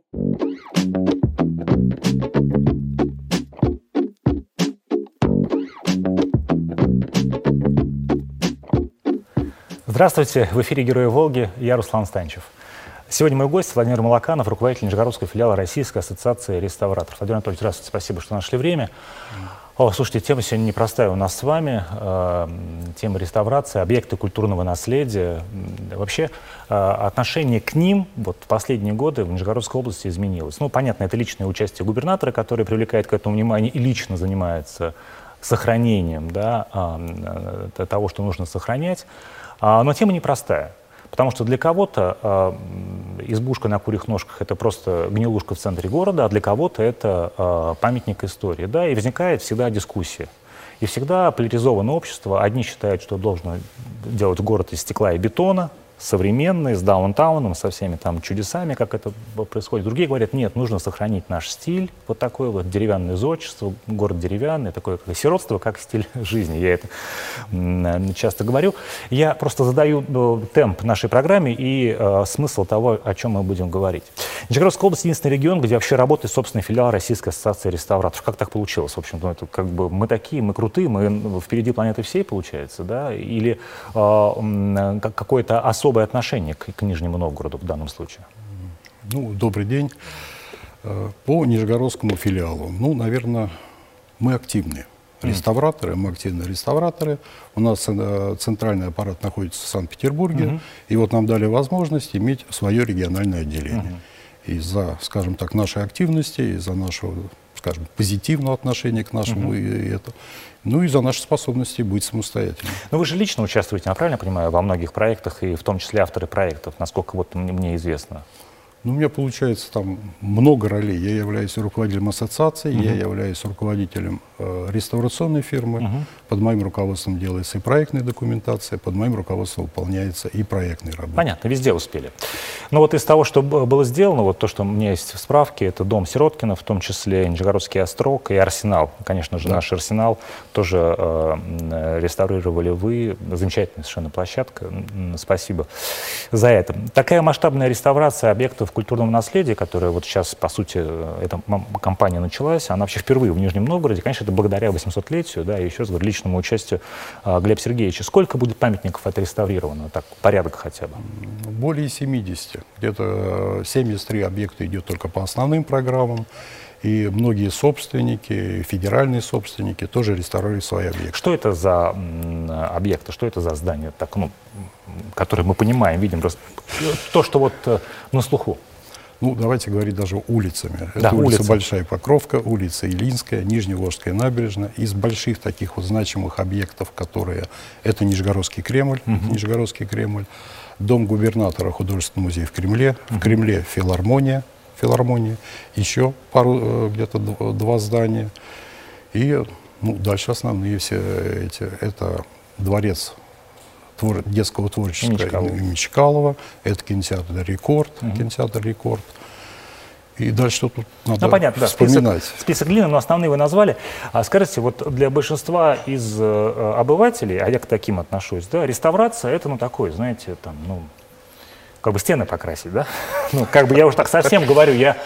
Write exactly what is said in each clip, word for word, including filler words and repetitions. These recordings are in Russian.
Здравствуйте, в эфире «Герои Волги», я Руслан Станчев. Сегодня мой гость Владимир Молоканов, руководитель Нижегородского филиала Российской ассоциации реставраторов. Владимир Анатольевич, здравствуйте, спасибо, что нашли время. О, слушайте, тема сегодня непростая у нас с вами. Э, тема реставрации, объекты культурного наследия. Вообще э, отношение к ним вот, в последние годы в Нижегородской области изменилось. Ну, понятно, это личное участие губернатора, который привлекает к этому внимание и лично занимается сохранением, да, э, того, что нужно сохранять. А, но тема непростая. Потому что для кого-то э, избушка на курьих ножках — это просто гнилушка в центре города, а для кого-то это э, памятник истории. Да? И возникает всегда дискуссия. И всегда поляризованное общество. Одни считают, что должно делать город из стекла и бетона, современный, с даунтауном, со всеми там чудесами, как это происходит. Другие говорят, нет, нужно сохранить наш стиль, вот такое вот деревянное зодчество, город деревянный, такое как сиротство, как стиль жизни. Я это часто говорю. Я просто задаю темп нашей программе и э, смысл того, о чем мы будем говорить. Нижегородская область — единственный регион, где вообще работает собственный филиал Российской ассоциации реставраторов. Как так получилось? В общем-то, это как бы мы такие, мы крутые, мы впереди планеты всей, получается, да? Или э, какое-то особое особое отношение к, к Нижнему Новгороду в данном случае? Ну, добрый день. По Нижегородскому филиалу, ну, наверное, мы активные реставраторы, мы активные реставраторы. У нас центральный аппарат находится в Санкт-Петербурге, mm-hmm. и вот нам дали возможность иметь свое региональное отделение. Mm-hmm. Из-за, скажем так, нашей активности, из-за нашего, скажем, позитивного отношения к нашему mm-hmm. и это. Ну и за наши способности быть самостоятельным. Но вы же лично участвуете, я правильно понимаю, во многих проектах, и в том числе авторы проектов, насколько вот мне известно? Ну, у меня получается там много ролей. Я являюсь руководителем ассоциации, uh-huh. я являюсь руководителем э, реставрационной фирмы. Uh-huh. Под моим руководством делается и проектная документация, под моим руководством выполняется и проектные работы. Понятно, везде успели. Но вот из того, что было сделано, вот то, что у меня есть в справке, это дом Сироткина, в том числе Нижегородский острог и Арсенал. Конечно же, да. Наш Арсенал тоже э, реставрировали вы. Замечательная совершенно площадка. Спасибо за это. Такая масштабная реставрация объектов культурного наследия, которая вот сейчас, по сути, эта кампания началась, она вообще впервые в Нижнем Новгороде. Конечно, это благодаря восьмисотлетию, да, и еще раз говорю, личному участию а, Глеба Сергеевича. Сколько будет памятников отреставрировано? Так, порядок хотя бы. Более семидесяти. Где-то семьдесят три объекта идет только по основным программам. И многие собственники, федеральные собственники тоже реставрируют свои объекты. Что это за объекты, что это за здания, так, ну, которые мы понимаем, видим, то, что вот на слуху? Ну, давайте говорить даже улицами. Да, это улица улица. Большая Покровка, улица Илинская, Нижневолжская набережная. Из больших таких вот значимых объектов, которые... Это Нижегородский Кремль, uh-huh. Нижегородский Кремль, дом губернатора, художественный музей в Кремле, uh-huh. в Кремле филармония, филармония, еще пару, где-то два здания. И ну, дальше основные все эти. Это дворец твор, детского творчества имени Чкалова, это кинотеатр «Рекорд», угу. кинотеатр «Рекорд». И дальше что тут надо ну, понятно, вспоминать. Да, список, список длинный, но основные вы назвали. А скажите, вот для большинства из э, обывателей, а я к таким отношусь, да, реставрация — это, ну, такое, знаете, там, ну, как бы стены покрасить, да? Ну, как бы я уже так совсем говорю, я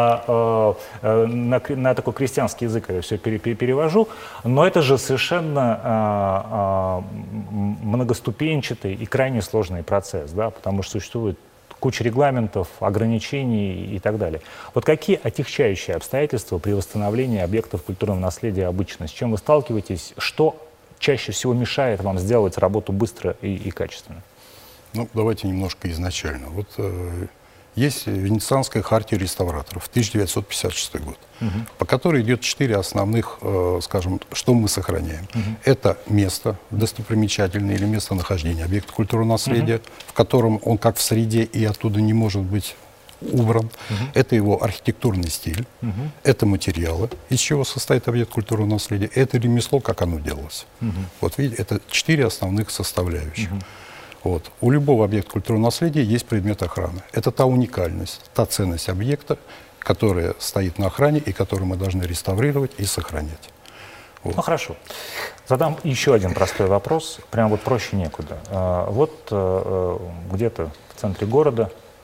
а, а, на, на такой крестьянский язык все пере, пере, перевожу, но это же совершенно а, а, многоступенчатый и крайне сложный процесс, да, потому что существует куча регламентов, ограничений и так далее. Вот какие отягчающие обстоятельства при восстановлении объектов культурного наследия обычно? С чем вы сталкиваетесь? Что чаще всего мешает вам сделать работу быстро и, и качественно? Ну, давайте немножко изначально. Вот э, есть Венецианская хартия реставраторов, тысяча девятьсот пятьдесят шестой год, угу. по которой идет четыре основных, э, скажем, что мы сохраняем. Угу. Это место достопримечательное или местонахождение объекта культурного наследия, угу. в котором он как в среде и оттуда не может быть убран. Угу. Это его архитектурный стиль, угу. это материалы, из чего состоит объект культурного наследия, это ремесло, как оно делалось. Угу. Вот видите, это четыре основных составляющих. Угу. Вот. У любого объекта культурного наследия есть предмет охраны. Это та уникальность, та ценность объекта, которая стоит на охране и которую мы должны реставрировать и сохранять. Вот. Ну хорошо. Задам еще один простой вопрос. Прям вот проще некуда. А, вот а, где-то в центре города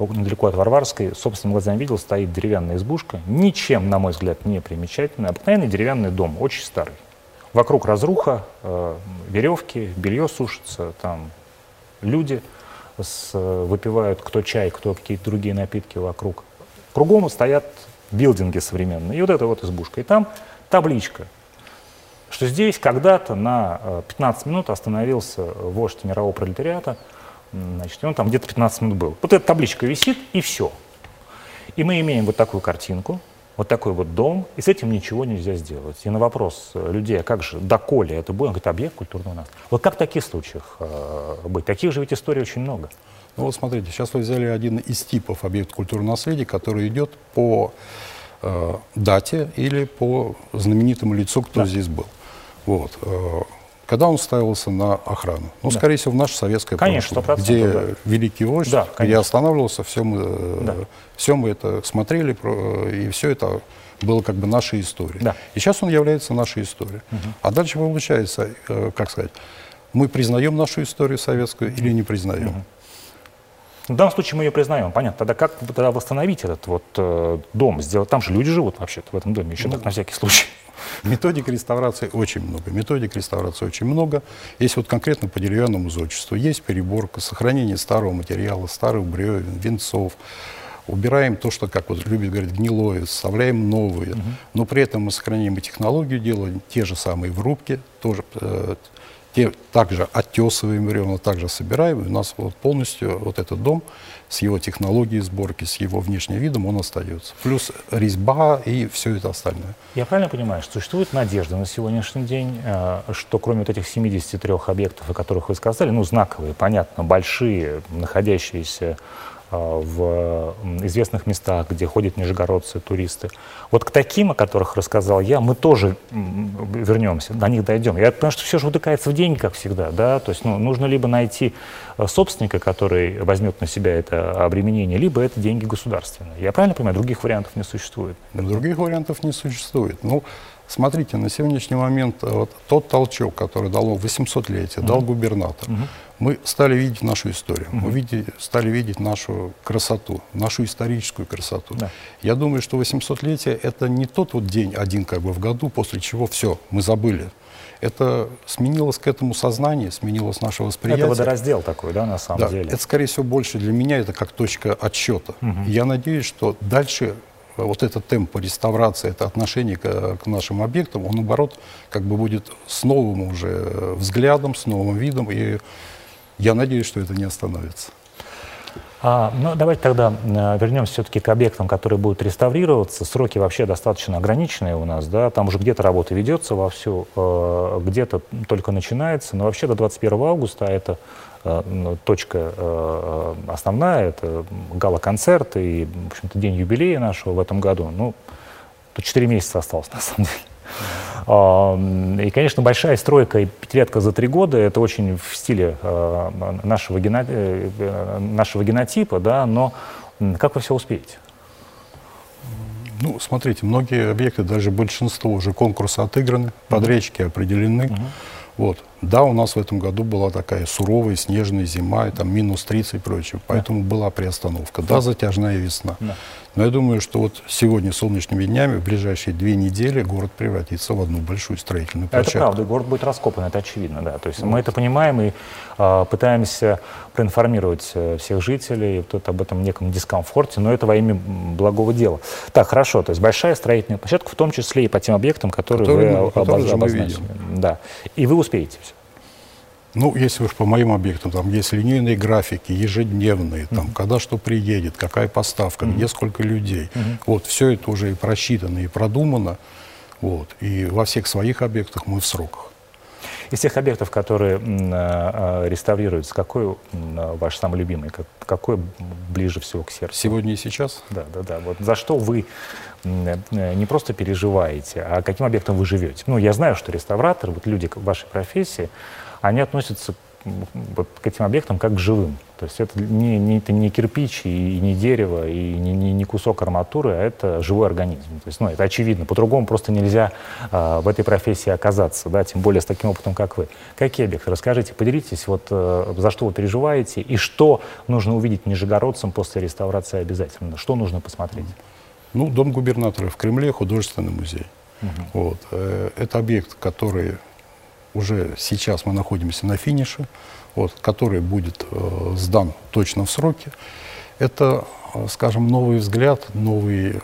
недалеко от Варварской, собственными глазами видел, стоит деревянная избушка, ничем, на мой взгляд, не примечательная, обыкновенный деревянный дом, очень старый. Вокруг разруха, э, веревки, белье сушится, там люди с, выпивают кто чай, кто какие-то другие напитки вокруг. Кругом стоят билдинги современные, и вот эта вот избушка. И там табличка, что здесь когда-то на пятнадцать минут остановился вождь мирового пролетариата, значит, и он там где-то пятнадцать минут был. Вот эта табличка висит, и все. И мы имеем вот такую картинку, вот такой вот дом, и с этим ничего нельзя сделать. И на вопрос людей, а как же, доколе это будет, он говорит, объект культурного наследия. Вот как в таких случаях э, быть? Таких же ведь историй очень много. Ну вот смотрите, сейчас вы взяли один из типов объекта культурного наследия, который идет по э, дате или по знаменитому лицу, кто да. здесь был. Вот. Э, когда он ставился на охрану? Ну, да. скорее всего, в наше советское конечно, прошлое, где да. великий вождь, да, где останавливался, все мы, да. все мы это смотрели, и все это было как бы нашей историей. Да. И сейчас он является нашей историей. Угу. А дальше получается, э, как сказать, мы признаем нашу историю советскую или не признаем? Угу. В данном случае мы ее признаем, понятно. Тогда как тогда восстановить этот вот э, дом? Сделать? Там же люди живут вообще-то в этом доме, еще ну, так на всякий случай. Методик реставрации очень много. Методик реставрации очень много. Есть вот конкретно по деревянному зодчеству. Есть переборка, сохранение старого материала, старых бревен, венцов. Убираем то, что, как вот любят говорить, гнилое, вставляем новые. Угу. Но при этом мы сохраняем и технологию, делаем те же самые врубки, тоже... Э, Те, также оттесываем бревна, также собираем. И у нас вот полностью вот этот дом с его технологией сборки, с его внешним видом, он остается. Плюс резьба и все это остальное. Я правильно понимаю, что существует надежда на сегодняшний день, что кроме вот этих семидесяти трёх объектов, о которых вы сказали, ну, знаковые, понятно, большие, находящиеся в известных местах, где ходят нижегородцы, туристы. Вот к таким, о которых рассказал я, мы тоже вернемся, до них дойдем. Я понимаю, что все же утыкается в деньги, как всегда, да, то есть ну, нужно либо найти собственника, который возьмет на себя это обременение, либо это деньги государственные. Я правильно понимаю, других вариантов не существует? Других вариантов не существует. Ну, смотрите, на сегодняшний момент вот, тот толчок, который дало восьмисотлетие, mm-hmm. дал губернатор, mm-hmm. мы стали видеть нашу историю, mm-hmm. мы види, стали видеть нашу красоту, нашу историческую красоту. Да. Я думаю, что восьмисотлетие — это не тот вот день один как бы в году, после чего все, мы забыли. Это сменилось к этому сознание, сменилось наше восприятие. Это водораздел такой, да, на самом да, деле? Это, скорее всего, больше для меня это как точка отсчета. Mm-hmm. Я надеюсь, что дальше... вот этот темп реставрации, это отношение к, к нашим объектам, он, наоборот, как бы будет с новым уже взглядом, с новым видом, и я надеюсь, что это не остановится. А, ну, давайте тогда э, вернемся все-таки к объектам, которые будут реставрироваться. Сроки вообще достаточно ограниченные у нас, да, там уже где-то работа ведется вовсю, э, где-то только начинается, но вообще до двадцать первого августа это э, точка э, основная, это гала-концерт и, в общем-то, день юбилея нашего в этом году. Ну, тут четыре месяца осталось, на самом деле. И, конечно, большая стройка и пятилетка за три года — это очень в стиле нашего, гено... нашего генотипа, да, но как вы все успеете? Ну, смотрите, многие объекты, даже большинство уже конкурса отыграны, подрядчики определены. Uh-huh. Вот. Да, у нас в этом году была такая суровая снежная зима, и там минус тридцать и прочее, поэтому да. была приостановка. Да, затяжная весна. Да. Но я думаю, что вот сегодня, солнечными днями, в ближайшие две недели город превратится в одну большую строительную площадку. Это правда, город будет раскопан, это очевидно, да. То есть вот. Мы это понимаем и а, пытаемся проинформировать всех жителей вот об этом неком дискомфорте, но это во имя благого дела. Так, хорошо, то есть большая строительная площадка, в том числе и по тем объектам, которые, которые вы которые обозначили. Да. И вы успеете все. Ну, если уж по моим объектам, там есть линейные графики, ежедневные, там, mm-hmm. когда что приедет, какая поставка, mm-hmm. где сколько людей. Mm-hmm. Вот, все это уже и просчитано, и продумано. Вот, и во всех своих объектах мы в сроках. Из тех объектов, которые э, реставрируются, какой э, ваш самый любимый, как, какой ближе всего к сердцу? Сегодня и сейчас? Да, да, да. Вот за что вы э, не просто переживаете, а каким объектом вы живете? Ну, я знаю, что реставраторы, вот люди в вашей профессии, они относятся вот к этим объектам как к живым. То есть это не, не, это не кирпич, и не дерево, и не, не, не кусок арматуры, а это живой организм. То есть, ну, это очевидно. По-другому просто нельзя а, в этой профессии оказаться, да, тем более с таким опытом, как вы. Какие объекты? Расскажите, поделитесь, вот, а, за что вы переживаете, и что нужно увидеть нижегородцам после реставрации обязательно? Что нужно посмотреть? Ну, Дом губернатора в Кремле, художественный музей. Угу. Вот. Это объект, который уже сейчас мы находимся на финише, вот, который будет э, сдан точно в сроки. Это, э, скажем, новый взгляд, новые,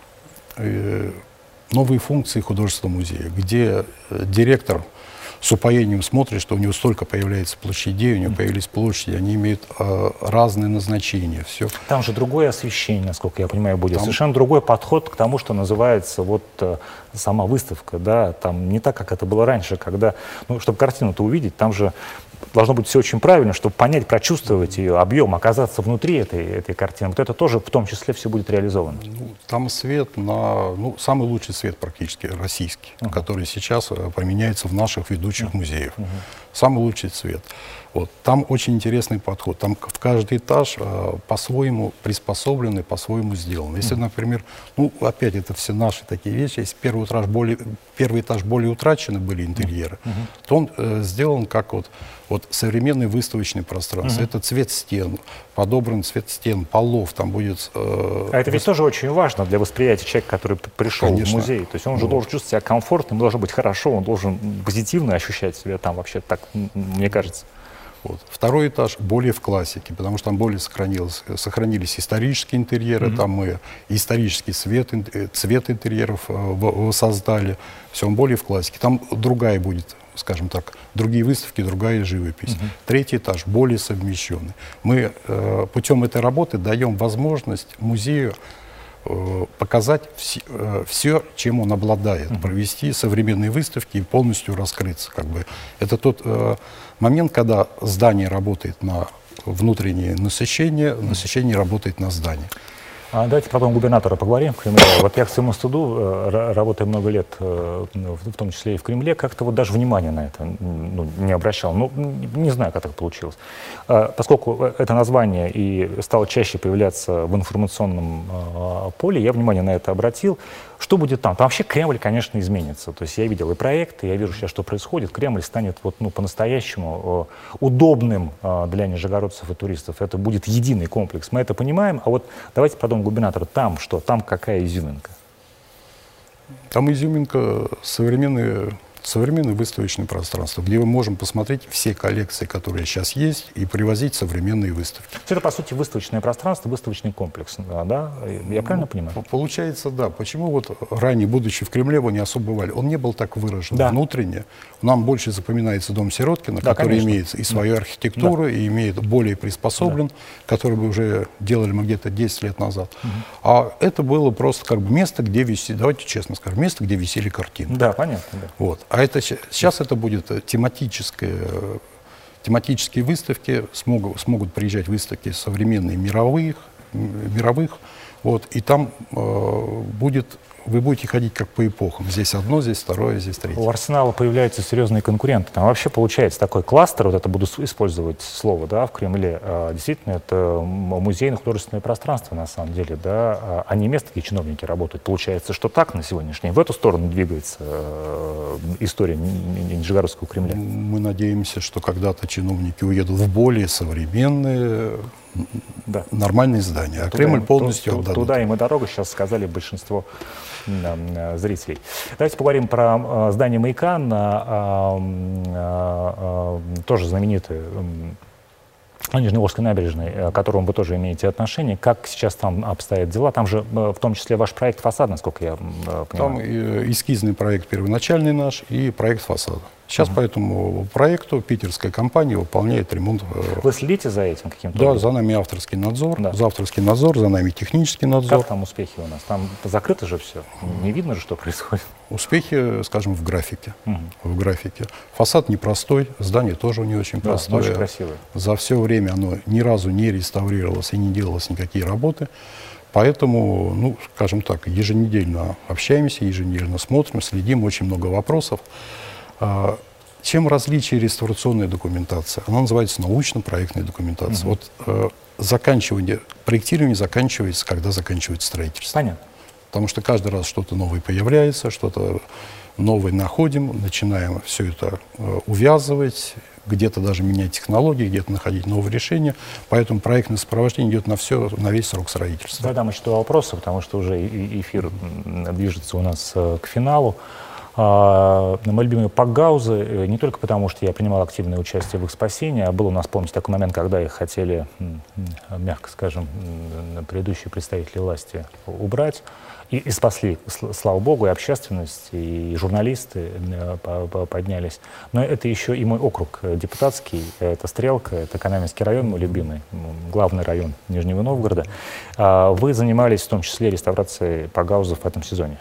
э, новые функции художественного музея, где э, директор с упоением смотрит, что у него столько появляется площадей, у него появились площади, они имеют э, разные назначения. Все. Там же другое освещение, насколько я понимаю, будет. Там... Совершенно другой подход к тому, что называется вот э, сама выставка. Да? Там не так, как это было раньше, когда, ну, чтобы картину-то увидеть, там же должно быть все очень правильно, чтобы понять, прочувствовать ее объем, оказаться внутри этой, этой картины. Вот это тоже в том числе все будет реализовано. Ну, там свет на, ну, самый лучший свет практически российский, uh-huh. который сейчас применяется в наших ведущих uh-huh. музеях. Uh-huh. Самый лучший цвет. Вот. Там очень интересный подход. Там в каждый этаж э, по-своему приспособленный, по-своему сделан. Если, например, ну, опять это все наши такие вещи, если первый этаж более, первый этаж более утрачены были интерьеры, uh-huh. то он э, сделан как вот, вот современный выставочный пространство. Uh-huh. Это цвет стен, подобран цвет стен, полов, там будет... Э, а это ведь тоже очень важно для восприятия человека, который пришел Конечно. в музей. То есть он же вот. должен чувствовать себя комфортно, ему должно быть хорошо, он должен позитивно ощущать себя там вообще, так, мне кажется. Вот. Второй этаж более в классике, потому что там более сохранилось, сохранились исторические интерьеры, mm-hmm. там мы исторический цвет, цвет интерьеров воссоздали, все, он более в классике. Там другая будет, скажем так, другие выставки, другая живопись. Mm-hmm. Третий этаж более совмещенный. Мы э, путем этой работы даем возможность музею э, показать все, э, все, чем он обладает, mm-hmm. провести современные выставки и полностью раскрыться. Как бы. Это тот... Э, момент, когда здание работает на внутреннее насыщение, насыщение работает на здании. А давайте про дом губернатора поговорим в Кремле. Вот я к своему стыду, работая много лет, в том числе и в Кремле, как-то вот даже внимания на это ну, не обращал. Ну, не знаю, как так получилось. Поскольку это название и стало чаще появляться в информационном поле, я внимание на это обратил. Что будет там? Там вообще Кремль, конечно, изменится. То есть я видел и проекты, я вижу сейчас, что происходит. Кремль станет вот, ну, по-настоящему удобным для нижегородцев и туристов. Это будет единый комплекс. Мы это понимаем. А вот давайте про дом губернатора. Там что? Там какая изюминка? Там изюминка современные... современное выставочное пространство, где мы можем посмотреть все коллекции, которые сейчас есть, и привозить современные выставки. Это, по сути, выставочное пространство, выставочный комплекс, да? Я правильно ну, понимаю? Получается, да. Почему вот ранее, будучи в Кремле, его не особо бывали? Он не был так выражен да. внутренне. Нам больше запоминается дом Сироткина, да, который конечно. имеет и свою да. архитектуру, да. и имеет более приспособлен, да. который мы уже делали мы где-то десять лет назад. Угу. А это было просто как бы место, где висели, давайте честно скажем, место, где висели картины. Да, понятно. Да. Вот. А это, сейчас это будет тематические, тематические выставки, смогут, смогут приезжать выставки современные, мировых, мировых вот, и там э, будет, вы будете ходить как по эпохам. Здесь одно, здесь второе, здесь третье. У Арсенала появляются серьезные конкуренты. Там вообще получается такой кластер, вот это буду использовать слово, да, в Кремле. А, действительно, это музейно-художественное пространство, на самом деле, да, а не место, где чиновники работают. Получается, что так на сегодняшний день. В эту сторону двигается э, история Нижегородского Кремля. Мы надеемся, что когда-то чиновники уедут в более современные, да. нормальные здания, а туда Кремль им, полностью отдадут. Туда им и дорога, сейчас сказали большинство э, зрителей. Давайте поговорим про э, здание Маяка, на, э, э, э, тоже знаменитое, э, Нижневолжской набережной, к которому вы тоже имеете отношение. Как сейчас там обстоят дела? Там же в том числе ваш проект «Фасад», насколько я понимаю. Там эскизный проект первоначальный наш и проект «Фасада». Сейчас uh-huh. по этому проекту питерская компания выполняет ремонт. Вы следите за этим каким-то Да, образом? За нами авторский надзор, да. за авторский надзор, за нами технический надзор. Как там успехи у нас? Там закрыто же все? Не видно же, что происходит? Успехи, скажем, в графике. Uh-huh. В графике. Фасад непростой, здание тоже не очень да, простое. Очень красивое. За все время оно ни разу не реставрировалось и не делалось никакие работы. Поэтому, ну, скажем так, еженедельно общаемся, еженедельно смотрим, следим, очень много вопросов. Чем различие реставрационной документации? Она называется научно-проектной документацией. Угу. Вот э, заканчивание, проектирование заканчивается, когда заканчивается строительство. Понятно. Потому что каждый раз что-то новое появляется, что-то новое находим, начинаем все это э, увязывать, где-то даже менять технологии, где-то находить новые решения. Поэтому проектное сопровождение идет на все, на весь срок строительства. Задам еще два вопроса, потому что уже эфир движется у нас к финалу. А, мои любимые пакгаузы, не только потому, что я принимал активное участие в их спасении, а был у нас, помните, такой момент, когда их хотели, мягко скажем, предыдущие представители власти убрать. И, и спасли, слава богу, и общественность, и журналисты поднялись. Но это еще и мой округ депутатский, это Стрелка, это Канаменский район, мой любимый, главный район Нижнего Новгорода. Вы занимались в том числе реставрацией пакгаузов в этом сезоне.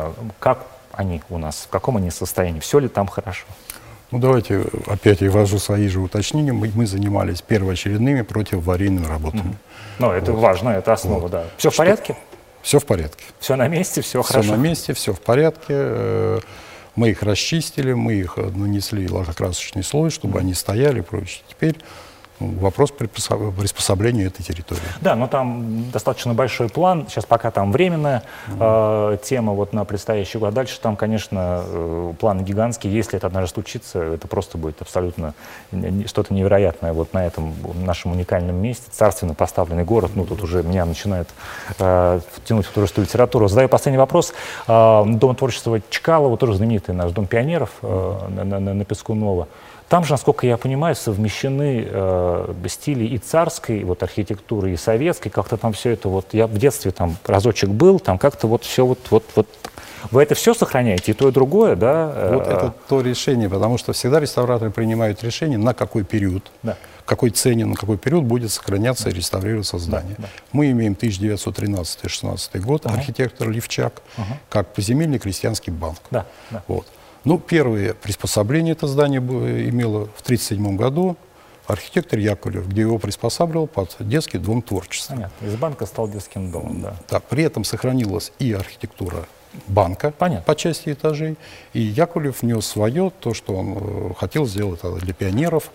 Как они у нас, в каком они состоянии, все ли там хорошо? Ну, давайте опять я ввожу свои же уточнения. Мы, мы занимались первоочередными противоаварийными работами. Mm-hmm. Ну, это вот. Важно, это основа, вот. Да. Все в порядке? Все в порядке. Все на месте, все, все хорошо? Все на месте, все в порядке. Мы их расчистили, мы их нанесли лакокрасочный слой, чтобы mm-hmm. они стояли и прочее. Теперь вопрос приспособления этой территории. Да, но там достаточно большой план. Сейчас пока там временная mm-hmm. э, тема вот на предстоящий год. Дальше там, конечно, э, план гигантский. Если это однажды случится, это просто будет абсолютно что-то невероятное вот на этом нашем уникальном месте. Царственно поставленный город. Ну, тут уже меня начинает э, тянуть в художественную литературу. Задаю последний вопрос. Э, Дом творчества Чкалова, тоже знаменитый наш Дом пионеров э, на, на, на Пескунова. Там же, насколько я понимаю, совмещены э, стили и царской вот, архитектуры, и советской. Как-то там все это, вот я в детстве там разочек был, там как-то вот все вот, вот, вот. Вы это все сохраняете, и то, и другое, да? Вот это то решение, потому что всегда реставраторы принимают решение, на какой период, да. какой цене, на какой период будет сохраняться и реставрироваться здание. Да, да. Мы имеем тысяча девятьсот тринадцатый — шестнадцатый год, uh-huh. архитектор Левчак, uh-huh. как поземельный крестьянский банк. Да, да. Вот. Ну, первые приспособления это здание имело в тридцать седьмом году архитектор Яковлев, где его приспосабливал под детский дом творчества. Понятно. Из банка стал детским домом, да. Да, при этом сохранилась и архитектура банка. Понятно. По части этажей. И Яковлев внес свое, то, что он э, хотел сделать это для пионеров.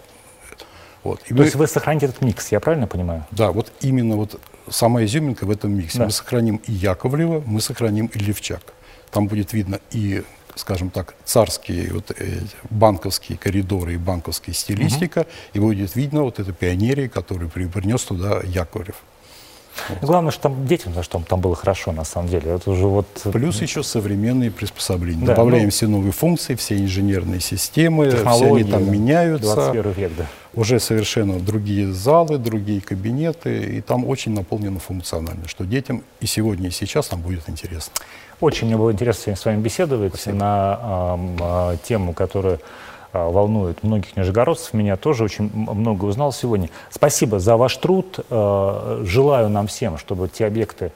Вот. И то мы... есть вы сохраните этот микс, я правильно понимаю? Да, вот именно вот сама изюминка в этом миксе. Да. Мы сохраним и Яковлева, мы сохраним и Левчак. Там будет видно и, скажем так, царские вот, э, банковские коридоры и банковская стилистика, угу. и будет видно вот это пионерия, которую принес туда Яковлев. Вот. Главное, что там детям, за что там было хорошо, на самом деле. Это уже вот... Плюс еще современные приспособления. Да, Добавляем ну, все новые функции, все инженерные системы, все они там да. меняются. двадцать первый век, да. Уже совершенно другие залы, другие кабинеты, и там очень наполнено функционально, что детям и сегодня, и сейчас там будет интересно. Очень мне было интересно сегодня с вами беседовать Спасибо. на э, э, тему, которая э, волнует многих нижегородцев. Меня тоже очень много узнал сегодня. Спасибо за ваш труд. Э, желаю нам всем, чтобы те объекты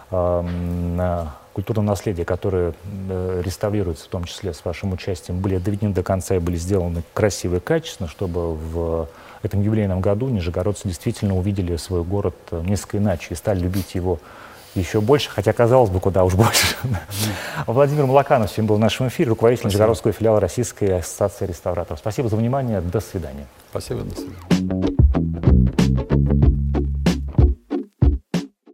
э, культурного наследия, которые э, реставрируются, в том числе с вашим участием, были доведены до конца и были сделаны красиво и качественно, чтобы в этом юбилейном году нижегородцы действительно увидели свой город несколько иначе и стали любить его еще больше, хотя, казалось бы, куда уж больше. Mm. Владимир Молоканов сегодня был в нашем эфире, руководитель Спасибо. Нижегородского филиала Российской ассоциации реставраторов. Спасибо за внимание. До свидания. Спасибо. До свидания.